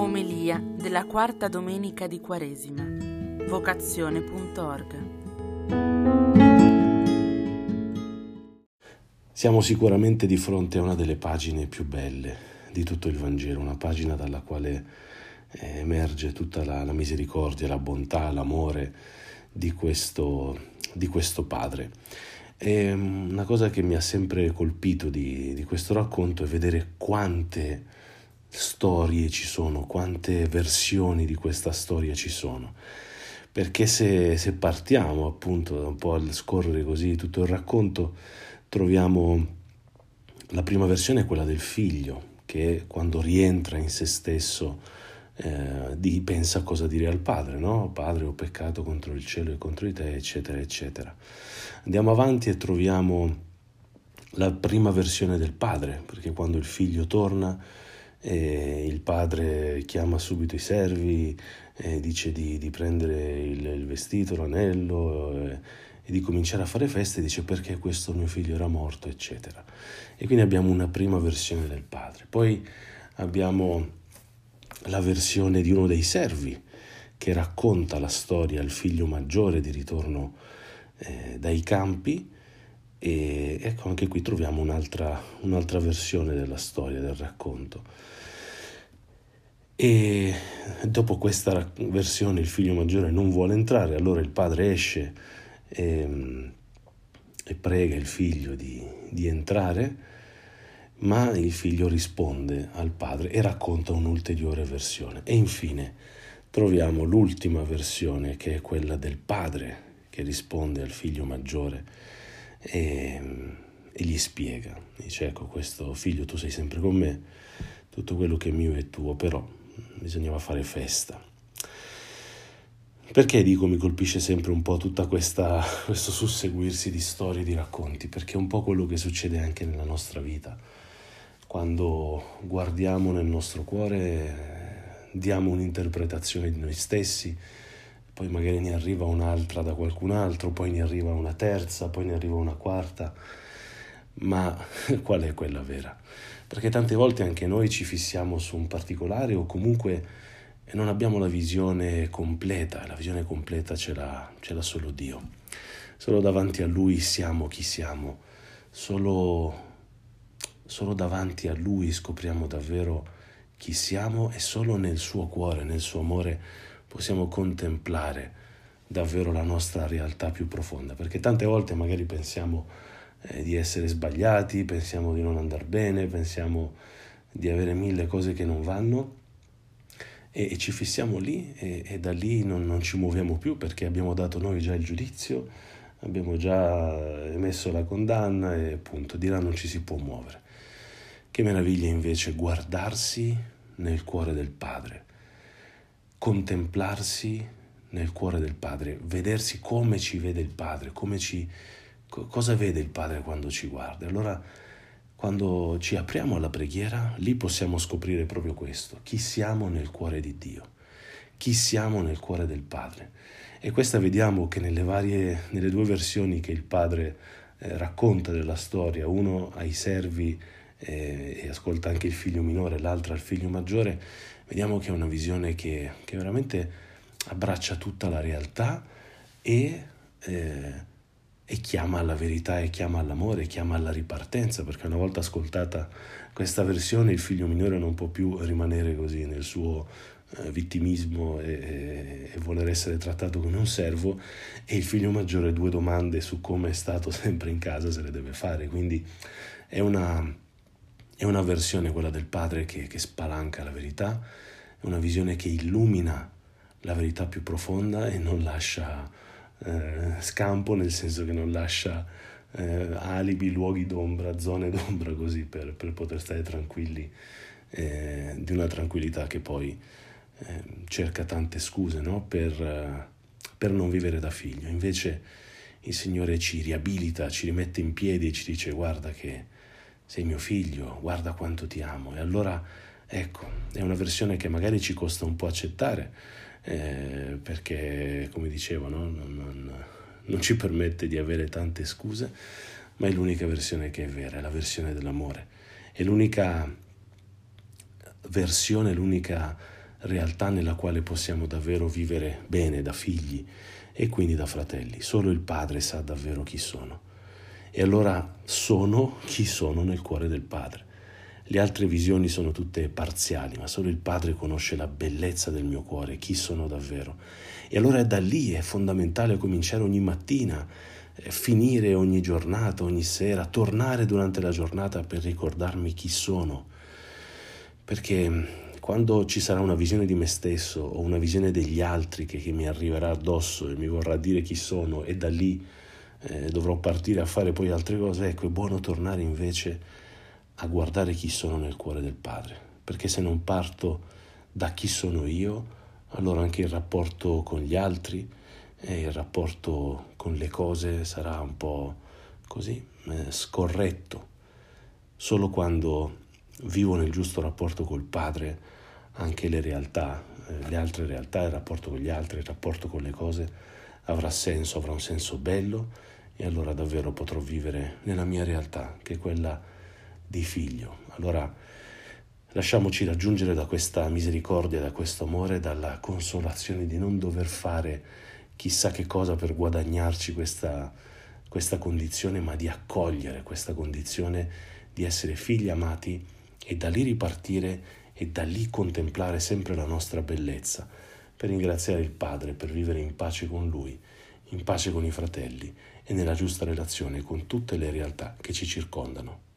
Omelia della quarta domenica di Quaresima. Vocazione.org. Siamo sicuramente di fronte a una delle pagine più belle di tutto il Vangelo, una pagina dalla quale emerge tutta la misericordia, la bontà, l'amore di questo padre. E una cosa che mi ha sempre colpito di questo racconto è vedere quante storie ci sono, quante versioni di questa storia ci sono. Perché se partiamo appunto da un po' al scorrere così tutto il racconto, troviamo la prima versione, quella del figlio, che quando rientra in se stesso pensa cosa dire al padre, no? Padre, ho peccato contro il cielo e contro di te, eccetera, eccetera. Andiamo avanti e troviamo la prima versione del padre, perché quando il figlio torna, il padre chiama subito i servi, dice di prendere il vestito, l'anello e di cominciare a fare feste, dice perché questo mio figlio era morto, eccetera. E quindi abbiamo una prima versione del padre. Poi abbiamo la versione di uno dei servi che racconta la storia al figlio maggiore di ritorno dai campi, e ecco, anche qui troviamo un'altra versione della storia, del racconto. E dopo questa versione il figlio maggiore non vuole entrare, allora il padre esce e prega il figlio di entrare, ma il figlio risponde al padre e racconta un'ulteriore versione. E infine troviamo l'ultima versione, che è quella del padre che risponde al figlio maggiore e gli spiega, dice: ecco, questo figlio, tu sei sempre con me, tutto quello che è mio è tuo, però bisognava fare festa. Perché dico mi colpisce sempre un po' tutta questo susseguirsi di storie, di racconti? Perché è un po' quello che succede anche nella nostra vita. Quando guardiamo nel nostro cuore, diamo un'interpretazione di noi stessi, poi magari ne arriva un'altra da qualcun altro, poi ne arriva una terza, poi ne arriva una quarta, ma qual è quella vera? Perché tante volte anche noi ci fissiamo su un particolare o comunque non abbiamo la visione completa. La visione completa ce l'ha solo Dio. Solo davanti a Lui siamo chi siamo, solo davanti a Lui scopriamo davvero chi siamo, e solo nel suo cuore, nel suo amore possiamo contemplare davvero la nostra realtà più profonda, perché tante volte magari pensiamo di essere sbagliati, pensiamo di non andar bene, pensiamo di avere mille cose che non vanno e ci fissiamo lì e da lì non ci muoviamo più, perché abbiamo dato noi già il giudizio, abbiamo già emesso la condanna e appunto di là non ci si può muovere. Che meraviglia invece guardarsi nel cuore del Padre, contemplarsi nel cuore del Padre, vedersi come ci vede il Padre, cosa vede il Padre quando ci guarda. Allora, quando ci apriamo alla preghiera, lì possiamo scoprire proprio questo: chi siamo nel cuore di Dio, chi siamo nel cuore del Padre. E questa vediamo che nelle due versioni che il Padre racconta della storia, uno ai servi e ascolta anche il figlio minore, l'altra al figlio maggiore, vediamo che è una visione che veramente abbraccia tutta la realtà e chiama alla verità, e chiama all'amore, e chiama alla ripartenza, perché una volta ascoltata questa versione il figlio minore non può più rimanere così nel suo vittimismo e voler essere trattato come un servo, e il figlio maggiore due domande su come è stato sempre in casa se le deve fare. Quindi è una versione, quella del padre, che spalanca la verità, è una visione che illumina la verità più profonda e non lascia scampo, nel senso che non lascia alibi, luoghi d'ombra, zone d'ombra così per poter stare tranquilli, di una tranquillità che poi cerca tante scuse, no? per non vivere da figlio. Invece il Signore ci riabilita, ci rimette in piedi e ci dice: guarda che sei mio figlio, guarda quanto ti amo. E allora ecco, è una versione che magari ci costa un po' accettare, perché come dicevo, no? non ci permette di avere tante scuse, ma è l'unica versione che è vera, è la versione dell'amore, è l'unica versione, l'unica realtà nella quale possiamo davvero vivere bene da figli e quindi da fratelli. Solo il Padre sa davvero chi sono. E allora sono chi sono nel cuore del Padre. Le altre visioni sono tutte parziali, ma solo il Padre conosce la bellezza del mio cuore, chi sono davvero. E allora da lì è fondamentale cominciare ogni mattina, finire ogni giornata, ogni sera, tornare durante la giornata per ricordarmi chi sono. Perché quando ci sarà una visione di me stesso o una visione degli altri che mi arriverà addosso e mi vorrà dire chi sono, e da lì dovrò partire a fare poi altre cose, ecco, è buono tornare invece a guardare chi sono nel cuore del Padre, perché se non parto da chi sono io, allora anche il rapporto con gli altri e il rapporto con le cose sarà un po' così, scorretto. Solo quando vivo nel giusto rapporto col Padre, anche le realtà, le altre realtà, il rapporto con gli altri, il rapporto con le cose avrà senso, avrà un senso bello, e allora davvero potrò vivere nella mia realtà, che è quella di figlio. Allora lasciamoci raggiungere da questa misericordia, da questo amore, dalla consolazione di non dover fare chissà che cosa per guadagnarci questa condizione, ma di accogliere questa condizione di essere figli amati e da lì ripartire e da lì contemplare sempre la nostra bellezza, per ringraziare il Padre, per vivere in pace con Lui, in pace con i fratelli e nella giusta relazione con tutte le realtà che ci circondano.